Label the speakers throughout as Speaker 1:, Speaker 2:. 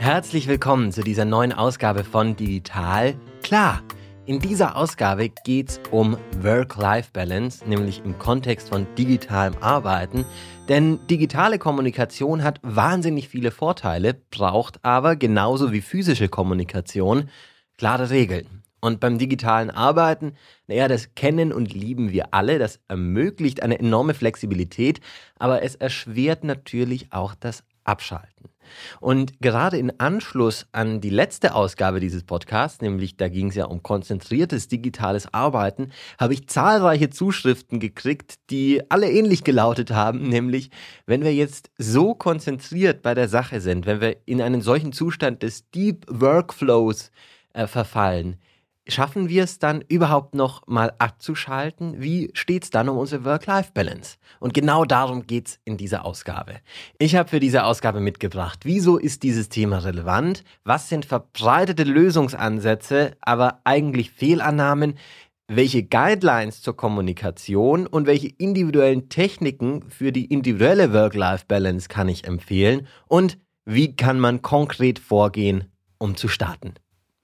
Speaker 1: Herzlich willkommen zu dieser neuen Ausgabe von Digital Klar. In dieser Ausgabe geht es um Work-Life-Balance, nämlich im Kontext von digitalem Arbeiten. Denn digitale Kommunikation hat wahnsinnig viele Vorteile, braucht aber genauso wie physische Kommunikation klare Regeln. Und beim digitalen Arbeiten, das kennen und lieben wir alle, das ermöglicht eine enorme Flexibilität, aber es erschwert natürlich auch das Abschalten. Und gerade in Anschluss an die letzte Ausgabe dieses Podcasts, nämlich da ging es ja um konzentriertes digitales Arbeiten, habe ich zahlreiche Zuschriften gekriegt, die alle ähnlich gelautet haben, nämlich wenn wir jetzt so konzentriert bei der Sache sind, wenn wir in einen solchen Zustand des Deep Workflows verfallen, schaffen wir es dann überhaupt noch mal abzuschalten? Wie steht es dann um unsere Work-Life-Balance? Und genau darum geht es in dieser Ausgabe. Ich habe für diese Ausgabe mitgebracht, wieso ist dieses Thema relevant? Was sind verbreitete Lösungsansätze, aber eigentlich Fehlannahmen? Welche Guidelines zur Kommunikation und welche individuellen Techniken für die individuelle Work-Life-Balance kann ich empfehlen? Und wie kann man konkret vorgehen, um zu starten?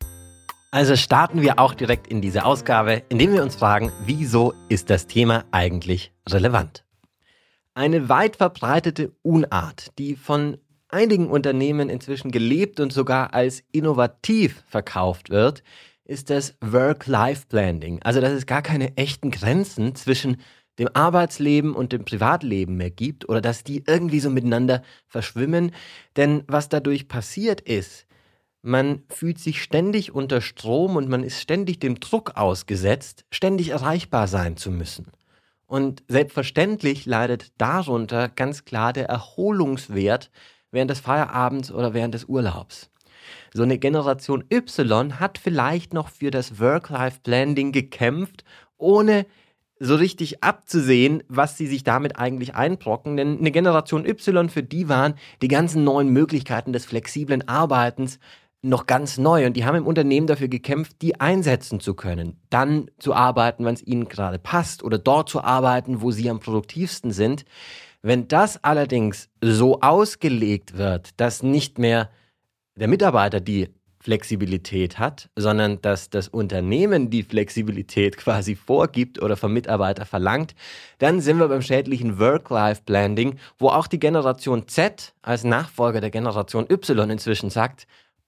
Speaker 1: Also starten wir auch direkt in diese Ausgabe, indem wir uns fragen, wieso ist das Thema eigentlich relevant? Eine weit verbreitete Unart, die von einigen Unternehmen inzwischen gelebt und sogar als innovativ verkauft wird, ist das Work-Life-Blending. Also dass es gar keine echten Grenzen zwischen dem Arbeitsleben und dem Privatleben mehr gibt oder dass die irgendwie so miteinander verschwimmen. Denn was dadurch passiert ist, man fühlt sich ständig unter Strom und man ist ständig dem Druck ausgesetzt, ständig erreichbar sein zu müssen. Und selbstverständlich leidet darunter ganz klar der Erholungswert während des Feierabends oder während des Urlaubs. So eine Generation Y hat vielleicht noch für das Work-Life-Blending gekämpft, ohne so richtig abzusehen, was sie sich damit eigentlich einbrocken. Denn eine Generation Y, für die waren die ganzen neuen Möglichkeiten des flexiblen Arbeitens noch ganz neu und die haben im Unternehmen dafür gekämpft, die einsetzen zu können. Dann zu arbeiten, wenn es ihnen gerade passt oder dort zu arbeiten, wo sie am produktivsten sind. Wenn das allerdings so ausgelegt wird, dass nicht mehr der Mitarbeiter die Flexibilität hat, sondern dass das Unternehmen die Flexibilität quasi vorgibt oder vom Mitarbeiter verlangt, dann sind wir beim schädlichen Work-Life-Blending, wo auch die Generation Z als Nachfolger der Generation Y inzwischen sagt,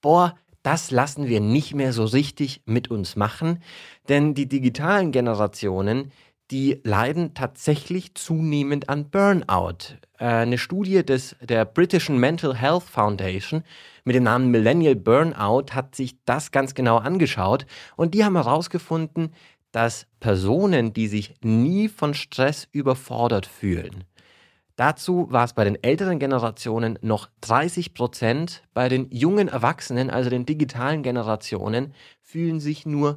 Speaker 1: das lassen wir nicht mehr so richtig mit uns machen, denn die digitalen Generationen, die leiden tatsächlich zunehmend an Burnout. Eine Studie der britischen Mental Health Foundation mit dem Namen Millennial Burnout hat sich das ganz genau angeschaut und die haben herausgefunden, dass Personen, die sich nie von Stress überfordert fühlen, dazu war es bei den älteren Generationen noch 30%, bei den jungen Erwachsenen, also den digitalen Generationen, fühlen sich nur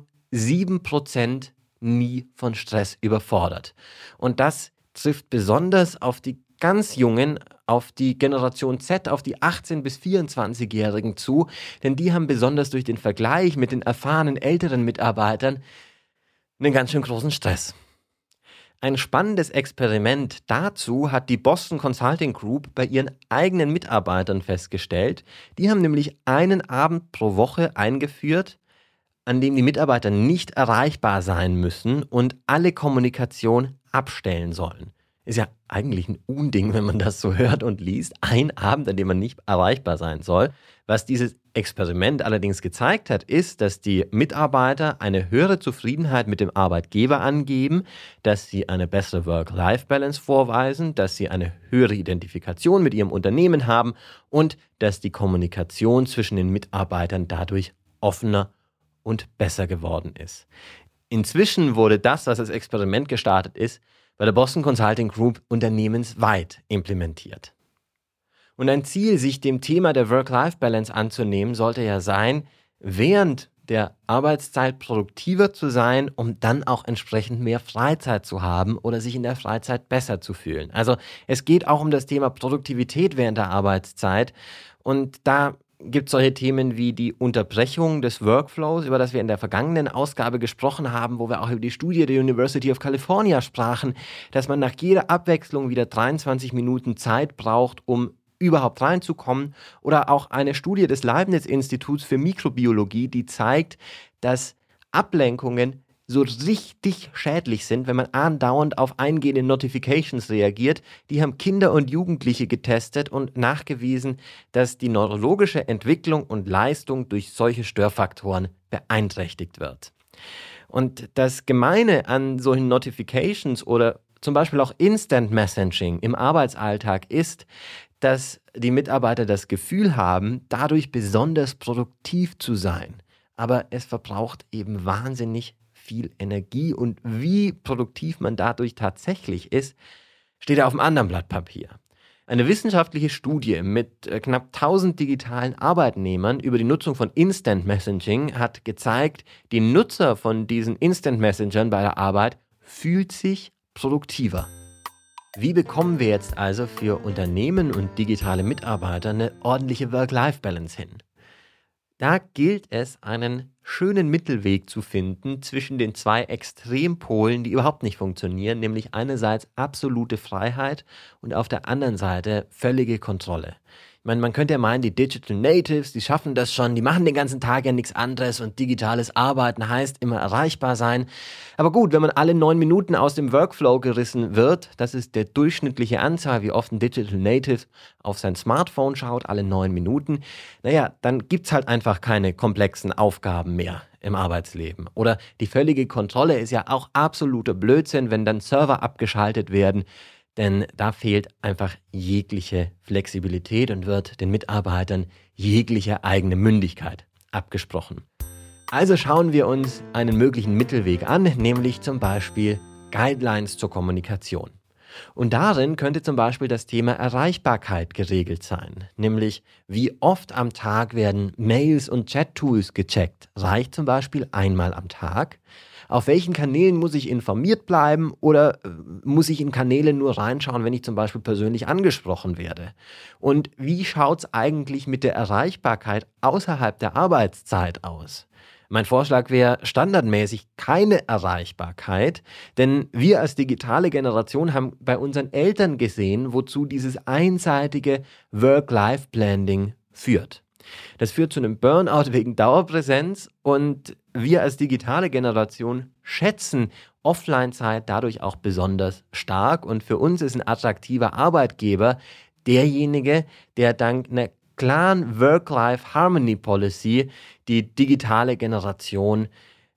Speaker 1: 7% nie von Stress überfordert. Und das trifft besonders auf die ganz Jungen, auf die Generation Z, auf die 18- bis 24-Jährigen zu, denn die haben besonders durch den Vergleich mit den erfahrenen älteren Mitarbeitern einen ganz schön großen Stress. Ein spannendes Experiment dazu hat die Boston Consulting Group bei ihren eigenen Mitarbeitern festgestellt. Die haben nämlich einen Abend pro Woche eingeführt, an dem die Mitarbeiter nicht erreichbar sein müssen und alle Kommunikation abstellen sollen. Ist ja eigentlich ein Unding, wenn man das so hört und liest. Ein Abend, an dem man nicht erreichbar sein soll. Was dieses Experiment allerdings gezeigt hat, ist, dass die Mitarbeiter eine höhere Zufriedenheit mit dem Arbeitgeber angeben, dass sie eine bessere Work-Life-Balance vorweisen, dass sie eine höhere Identifikation mit ihrem Unternehmen haben und dass die Kommunikation zwischen den Mitarbeitern dadurch offener und besser geworden ist. Inzwischen wurde das, was als Experiment gestartet ist, bei der Boston Consulting Group unternehmensweit implementiert. Und ein Ziel, sich dem Thema der Work-Life-Balance anzunehmen, sollte ja sein, während der Arbeitszeit produktiver zu sein, um dann auch entsprechend mehr Freizeit zu haben oder sich in der Freizeit besser zu fühlen. Also es geht auch um das Thema Produktivität während der Arbeitszeit und da gibt es solche Themen wie die Unterbrechung des Workflows, über das wir in der vergangenen Ausgabe gesprochen haben, wo wir auch über die Studie der University of California sprachen, dass man nach jeder Abwechslung wieder 23 Minuten Zeit braucht, um überhaupt reinzukommen. Oder auch eine Studie des Leibniz-Instituts für Mikrobiologie, die zeigt, dass Ablenkungen so richtig schädlich sind, wenn man andauernd auf eingehende Notifications reagiert. Die haben Kinder und Jugendliche getestet und nachgewiesen, dass die neurologische Entwicklung und Leistung durch solche Störfaktoren beeinträchtigt wird. Und das Gemeine an solchen Notifications oder zum Beispiel auch Instant Messaging im Arbeitsalltag ist, dass die Mitarbeiter das Gefühl haben, dadurch besonders produktiv zu sein. Aber es verbraucht eben wahnsinnig viel Energie und wie produktiv man dadurch tatsächlich ist, steht auf einem anderen Blatt Papier. Eine wissenschaftliche Studie mit knapp 1000 digitalen Arbeitnehmern über die Nutzung von Instant Messaging hat gezeigt, die Nutzer von diesen Instant Messengern bei der Arbeit fühlt sich produktiver. Wie bekommen wir jetzt also für Unternehmen und digitale Mitarbeiter eine ordentliche Work-Life-Balance hin? Da gilt es, einen schönen Mittelweg zu finden zwischen den zwei Extrempolen, die überhaupt nicht funktionieren, nämlich einerseits absolute Freiheit und auf der anderen Seite völlige Kontrolle. Ich meine, man könnte ja meinen, die Digital Natives, die schaffen das schon, die machen den ganzen Tag ja nichts anderes und digitales Arbeiten heißt immer erreichbar sein. Aber gut, wenn man alle 9 Minuten aus dem Workflow gerissen wird, das ist der durchschnittliche Anzahl, wie oft ein Digital Native auf sein Smartphone schaut, alle 9 Minuten, dann gibt's halt einfach keine komplexen Aufgaben mehr im Arbeitsleben. Oder die völlige Kontrolle ist ja auch absoluter Blödsinn, wenn dann Server abgeschaltet werden. Denn da fehlt einfach jegliche Flexibilität und wird den Mitarbeitern jegliche eigene Mündigkeit abgesprochen. Also schauen wir uns einen möglichen Mittelweg an, nämlich zum Beispiel Guidelines zur Kommunikation. Und darin könnte zum Beispiel das Thema Erreichbarkeit geregelt sein, nämlich wie oft am Tag werden Mails und Chat-Tools gecheckt. Reicht zum Beispiel einmal am Tag? Auf welchen Kanälen muss ich informiert bleiben oder muss ich in Kanäle nur reinschauen, wenn ich zum Beispiel persönlich angesprochen werde? Und wie schaut es eigentlich mit der Erreichbarkeit außerhalb der Arbeitszeit aus? Mein Vorschlag wäre standardmäßig keine Erreichbarkeit, denn wir als digitale Generation haben bei unseren Eltern gesehen, wozu dieses einseitige Work-Life-Blending führt. Das führt zu einem Burnout wegen Dauerpräsenz und wir als digitale Generation schätzen Offline-Zeit dadurch auch besonders stark und für uns ist ein attraktiver Arbeitgeber derjenige, der dank einer klaren Work-Life-Harmony-Policy die digitale Generation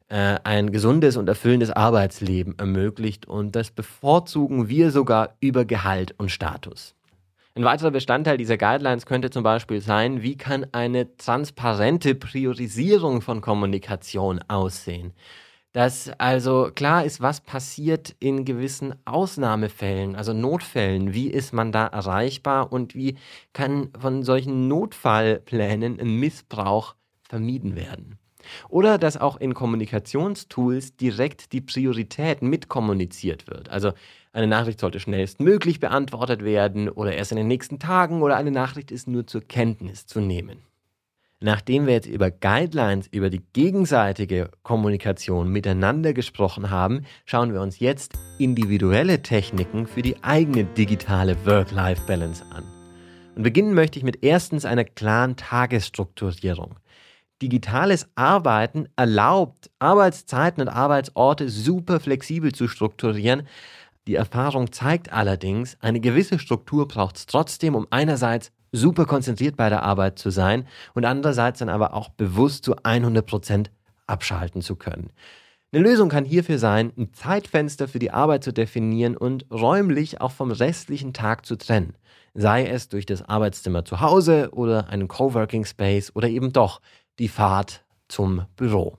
Speaker 1: ein gesundes und erfüllendes Arbeitsleben ermöglicht und das bevorzugen wir sogar über Gehalt und Status. Ein weiterer Bestandteil dieser Guidelines könnte zum Beispiel sein, wie kann eine transparente Priorisierung von Kommunikation aussehen? Dass also klar ist, was passiert in gewissen Ausnahmefällen, also Notfällen, wie ist man da erreichbar und wie kann von solchen Notfallplänen ein Missbrauch vermieden werden. Oder dass auch in Kommunikationstools direkt die Priorität mitkommuniziert wird. Also eine Nachricht sollte schnellstmöglich beantwortet werden oder erst in den nächsten Tagen oder eine Nachricht ist nur zur Kenntnis zu nehmen. Nachdem wir jetzt über Guidelines, über die gegenseitige Kommunikation miteinander gesprochen haben, schauen wir uns jetzt individuelle Techniken für die eigene digitale Work-Life-Balance an. Und beginnen möchte ich mit erstens einer klaren Tagesstrukturierung. Digitales Arbeiten erlaubt, Arbeitszeiten und Arbeitsorte super flexibel zu strukturieren. Die Erfahrung zeigt allerdings, eine gewisse Struktur braucht es trotzdem, um einerseits super konzentriert bei der Arbeit zu sein und andererseits dann aber auch bewusst zu 100% abschalten zu können. Eine Lösung kann hierfür sein, ein Zeitfenster für die Arbeit zu definieren und räumlich auch vom restlichen Tag zu trennen. Sei es durch das Arbeitszimmer zu Hause oder einen Coworking Space oder eben doch die Fahrt zum Büro.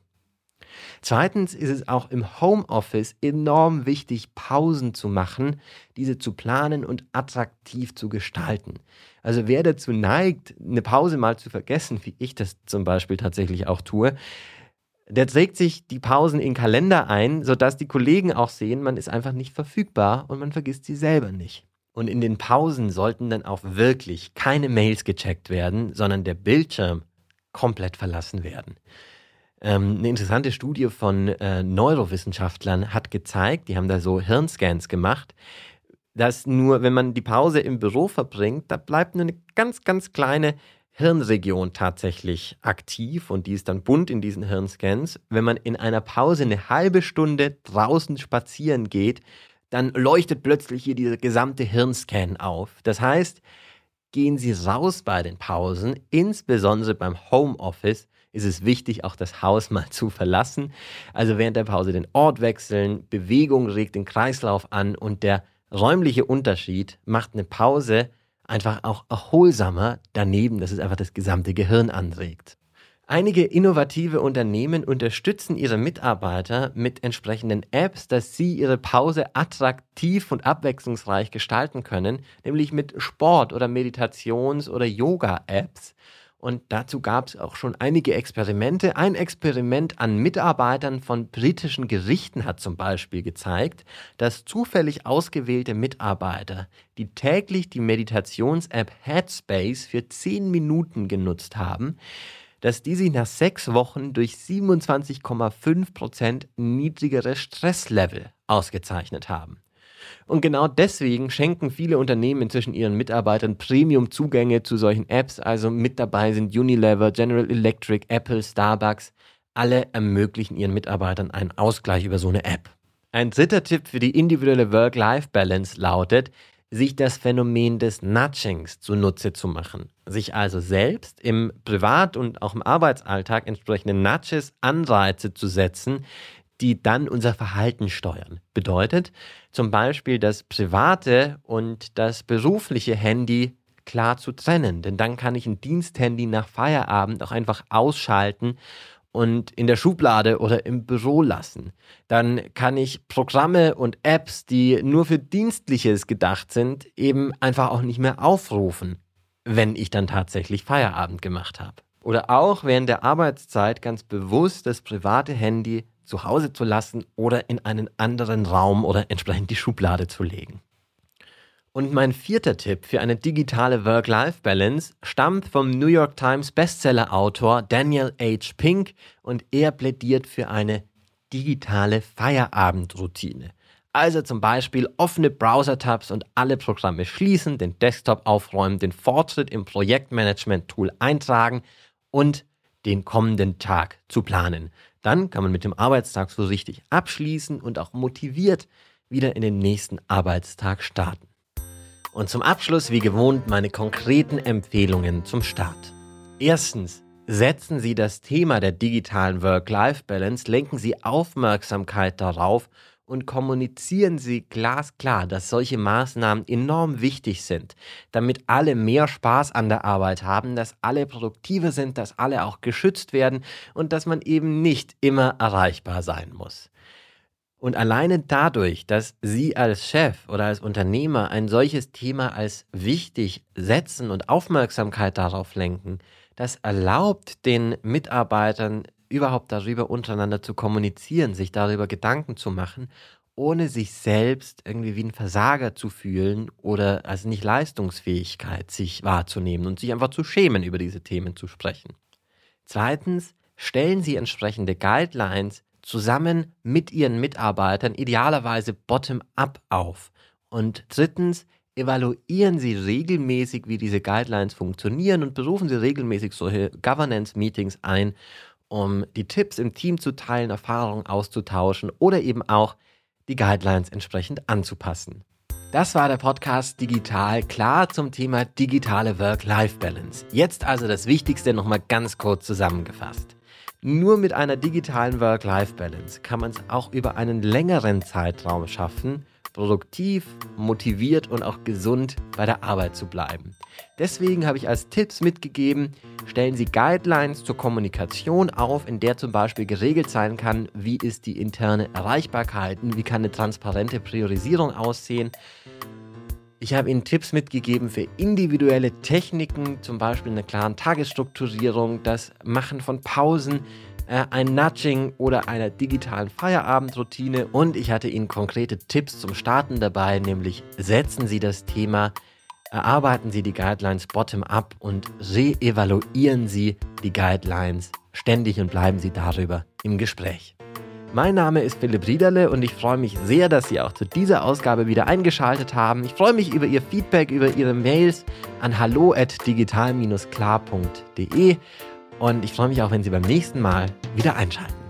Speaker 1: Zweitens ist es auch im Homeoffice enorm wichtig, Pausen zu machen, diese zu planen und attraktiv zu gestalten. Also wer dazu neigt, eine Pause mal zu vergessen, wie ich das zum Beispiel tatsächlich auch tue, der trägt sich die Pausen in den Kalender ein, sodass die Kollegen auch sehen, man ist einfach nicht verfügbar und man vergisst sie selber nicht. Und in den Pausen sollten dann auch wirklich keine Mails gecheckt werden, sondern der Bildschirm komplett verlassen werden. Eine interessante Studie von Neurowissenschaftlern hat gezeigt, die haben da so Hirnscans gemacht, dass nur, wenn man die Pause im Büro verbringt, da bleibt nur eine ganz, ganz kleine Hirnregion tatsächlich aktiv und die ist dann bunt in diesen Hirnscans. Wenn man in einer Pause eine halbe Stunde draußen spazieren geht, dann leuchtet plötzlich hier dieser gesamte Hirnscan auf. Das heißt, gehen Sie raus bei den Pausen, insbesondere beim Homeoffice ist es wichtig, auch das Haus mal zu verlassen. Also während der Pause den Ort wechseln, Bewegung regt den Kreislauf an und der räumliche Unterschied macht eine Pause einfach auch erholsamer daneben, dass es einfach das gesamte Gehirn anregt. Einige innovative Unternehmen unterstützen ihre Mitarbeiter mit entsprechenden Apps, dass sie ihre Pause attraktiv und abwechslungsreich gestalten können, nämlich mit Sport- oder Meditations- oder Yoga-Apps. Und dazu gab es auch schon einige Experimente. Ein Experiment an Mitarbeitern von britischen Gerichten hat zum Beispiel gezeigt, dass zufällig ausgewählte Mitarbeiter, die täglich die Meditations-App Headspace für 10 Minuten genutzt haben, dass die sich nach 6 Wochen durch 27,5% niedrigere Stresslevel ausgezeichnet haben. Und genau deswegen schenken viele Unternehmen inzwischen ihren Mitarbeitern Premium-Zugänge zu solchen Apps. Also mit dabei sind Unilever, General Electric, Apple, Starbucks. Alle ermöglichen ihren Mitarbeitern einen Ausgleich über so eine App. Ein dritter Tipp für die individuelle Work-Life-Balance lautet, sich das Phänomen des Nudgings zunutze zu machen. Sich also selbst im Privat- und auch im Arbeitsalltag entsprechende Nudges, Anreize zu setzen, die dann unser Verhalten steuern. Bedeutet zum Beispiel das private und das berufliche Handy klar zu trennen. Denn dann kann ich ein Diensthandy nach Feierabend auch einfach ausschalten und in der Schublade oder im Büro lassen. Dann kann ich Programme und Apps, die nur für Dienstliches gedacht sind, eben einfach auch nicht mehr aufrufen, wenn ich dann tatsächlich Feierabend gemacht habe. Oder auch während der Arbeitszeit ganz bewusst das private Handy zu Hause zu lassen oder in einen anderen Raum oder entsprechend die Schublade zu legen. Und mein vierter Tipp für eine digitale Work-Life-Balance stammt vom New York Times Bestseller-Autor Daniel H. Pink und er plädiert für eine digitale Feierabendroutine. Also zum Beispiel offene Browser-Tabs und alle Programme schließen, den Desktop aufräumen, den Fortschritt im Projektmanagement-Tool eintragen und den kommenden Tag zu planen. Dann kann man mit dem Arbeitstag so richtig abschließen und auch motiviert wieder in den nächsten Arbeitstag starten. Und zum Abschluss, wie gewohnt, meine konkreten Empfehlungen zum Start. Erstens, setzen Sie das Thema der digitalen Work-Life-Balance, lenken Sie Aufmerksamkeit darauf und kommunizieren Sie glasklar, dass solche Maßnahmen enorm wichtig sind, damit alle mehr Spaß an der Arbeit haben, dass alle produktiver sind, dass alle auch geschützt werden und dass man eben nicht immer erreichbar sein muss. Und alleine dadurch, dass Sie als Chef oder als Unternehmer ein solches Thema als wichtig setzen und Aufmerksamkeit darauf lenken, das erlaubt den Mitarbeitern überhaupt darüber untereinander zu kommunizieren, sich darüber Gedanken zu machen, ohne sich selbst irgendwie wie ein Versager zu fühlen oder als nicht Leistungsfähigkeit sich wahrzunehmen und sich einfach zu schämen, über diese Themen zu sprechen. Zweitens, stellen Sie entsprechende Guidelines zusammen mit Ihren Mitarbeitern, idealerweise bottom-up auf. Und drittens, evaluieren Sie regelmäßig, wie diese Guidelines funktionieren und berufen Sie regelmäßig solche Governance-Meetings ein, um die Tipps im Team zu teilen, Erfahrungen auszutauschen oder eben auch die Guidelines entsprechend anzupassen. Das war der Podcast Digital klar zum Thema digitale Work-Life-Balance. Jetzt also das Wichtigste nochmal ganz kurz zusammengefasst. Nur mit einer digitalen Work-Life-Balance kann man es auch über einen längeren Zeitraum schaffen, produktiv, motiviert und auch gesund bei der Arbeit zu bleiben. Deswegen habe ich als Tipps mitgegeben, stellen Sie Guidelines zur Kommunikation auf, in der zum Beispiel geregelt sein kann, wie ist die interne Erreichbarkeit, wie kann eine transparente Priorisierung aussehen. Ich habe Ihnen Tipps mitgegeben für individuelle Techniken, zum Beispiel eine klare Tagesstrukturierung, das Machen von Pausen, ein Nudging oder einer digitalen Feierabendroutine. Und ich hatte Ihnen konkrete Tipps zum Starten dabei, nämlich setzen Sie das Thema, erarbeiten Sie die Guidelines bottom-up und re-evaluieren Sie die Guidelines ständig und bleiben Sie darüber im Gespräch. Mein Name ist Philipp Riederle und ich freue mich sehr, dass Sie auch zu dieser Ausgabe wieder eingeschaltet haben. Ich freue mich über Ihr Feedback, über Ihre Mails an hallo@digital-klar.de und ich freue mich auch, wenn Sie beim nächsten Mal wieder einschalten.